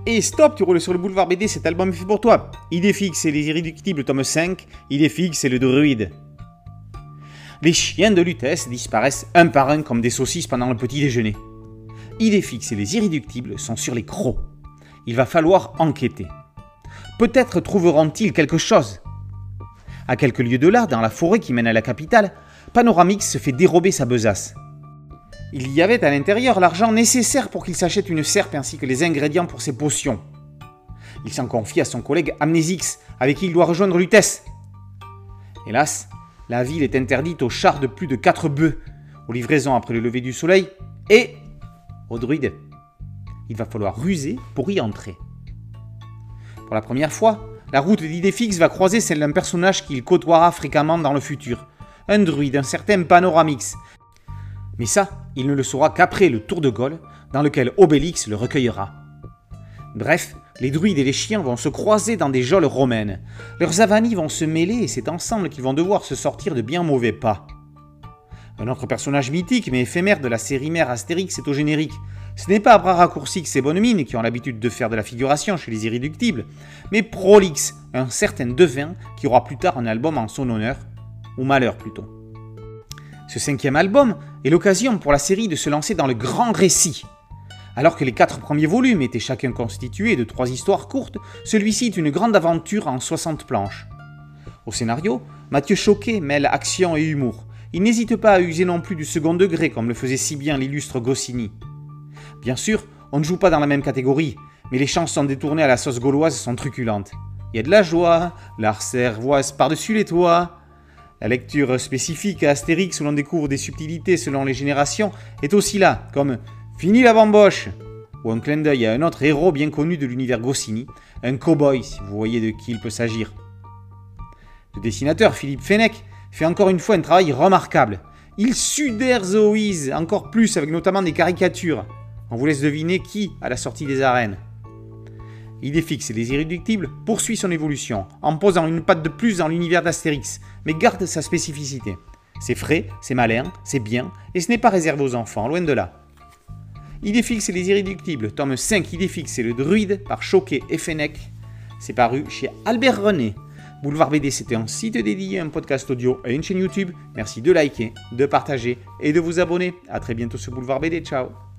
Et stop, tu roules sur le boulevard BD, cet album est fait pour toi. Idéfix et les Irréductibles, tome 5, Idéfix et le druide. Les chiens de Lutèce disparaissent un par un comme des saucisses pendant le petit déjeuner. Idéfix et les Irréductibles sont sur les crocs. Il va falloir enquêter. Peut-être trouveront-ils quelque chose. À quelques lieues de là, dans la forêt qui mène à la capitale, Panoramix se fait dérober sa besace. Il y avait à l'intérieur l'argent nécessaire pour qu'il s'achète une serpe ainsi que les ingrédients pour ses potions. Il s'en confie à son collègue Amnésix, avec qui il doit rejoindre Lutèce. Hélas, la ville est interdite aux chars de plus de 4 bœufs, aux livraisons après le lever du soleil et aux druides. Il va falloir ruser pour y entrer. Pour la première fois, la route d'Idéfix va croiser celle d'un personnage qu'il côtoiera fréquemment dans le futur, un druide, un certain Panoramix. Mais ça, il ne le saura qu'après le tour de Gaule, dans lequel Obélix le recueillera. Bref, les druides et les chiens vont se croiser dans des geôles romaines. Leurs avanies vont se mêler et c'est ensemble qu'ils vont devoir se sortir de bien mauvais pas. Un autre personnage mythique mais éphémère de la série mère Astérix est au générique. Ce n'est pas Bras Raccourcis et Bonne Mine qui ont l'habitude de faire de la figuration chez les Irréductibles, mais Prolix, un certain devin qui aura plus tard un album en son honneur, ou malheur plutôt. Ce 5e album est l'occasion pour la série de se lancer dans le grand récit. Alors que les 4 premiers volumes étaient chacun constitués de 3 histoires courtes, celui-ci est une grande aventure en 60 planches. Au scénario, Mathieu Choquet mêle action et humour. Il n'hésite pas à user non plus du second degré comme le faisait si bien l'illustre Goscinny. Bien sûr, on ne joue pas dans la même catégorie, mais les chansons détournées à la sauce gauloise sont truculentes. Il y a de la joie, l'art cervoise par-dessus les toits. La lecture spécifique à Astérix où l'on découvre des subtilités selon les générations est aussi là, comme « Fini la bamboche !» ou un clin d'œil à un autre héros bien connu de l'univers Goscinny, un cow-boy si vous voyez de qui il peut s'agir. Le dessinateur Philippe Fenech fait encore une fois un travail remarquable. Il suderzoise encore plus avec notamment des caricatures. On vous laisse deviner qui à la sortie des arènes. Idéfix et les Irréductibles poursuit son évolution en posant une patte de plus dans l'univers d'Astérix, mais garde sa spécificité. C'est frais, c'est malin, c'est bien, et ce n'est pas réservé aux enfants, loin de là. Idéfix et les Irréductibles, tome 5 Idéfix et le druide par Choquet et Fenech. C'est paru chez Albert René. Boulevard BD, c'était un site dédié, un podcast audio et une chaîne YouTube. Merci de liker, de partager et de vous abonner. A très bientôt sur Boulevard BD, ciao.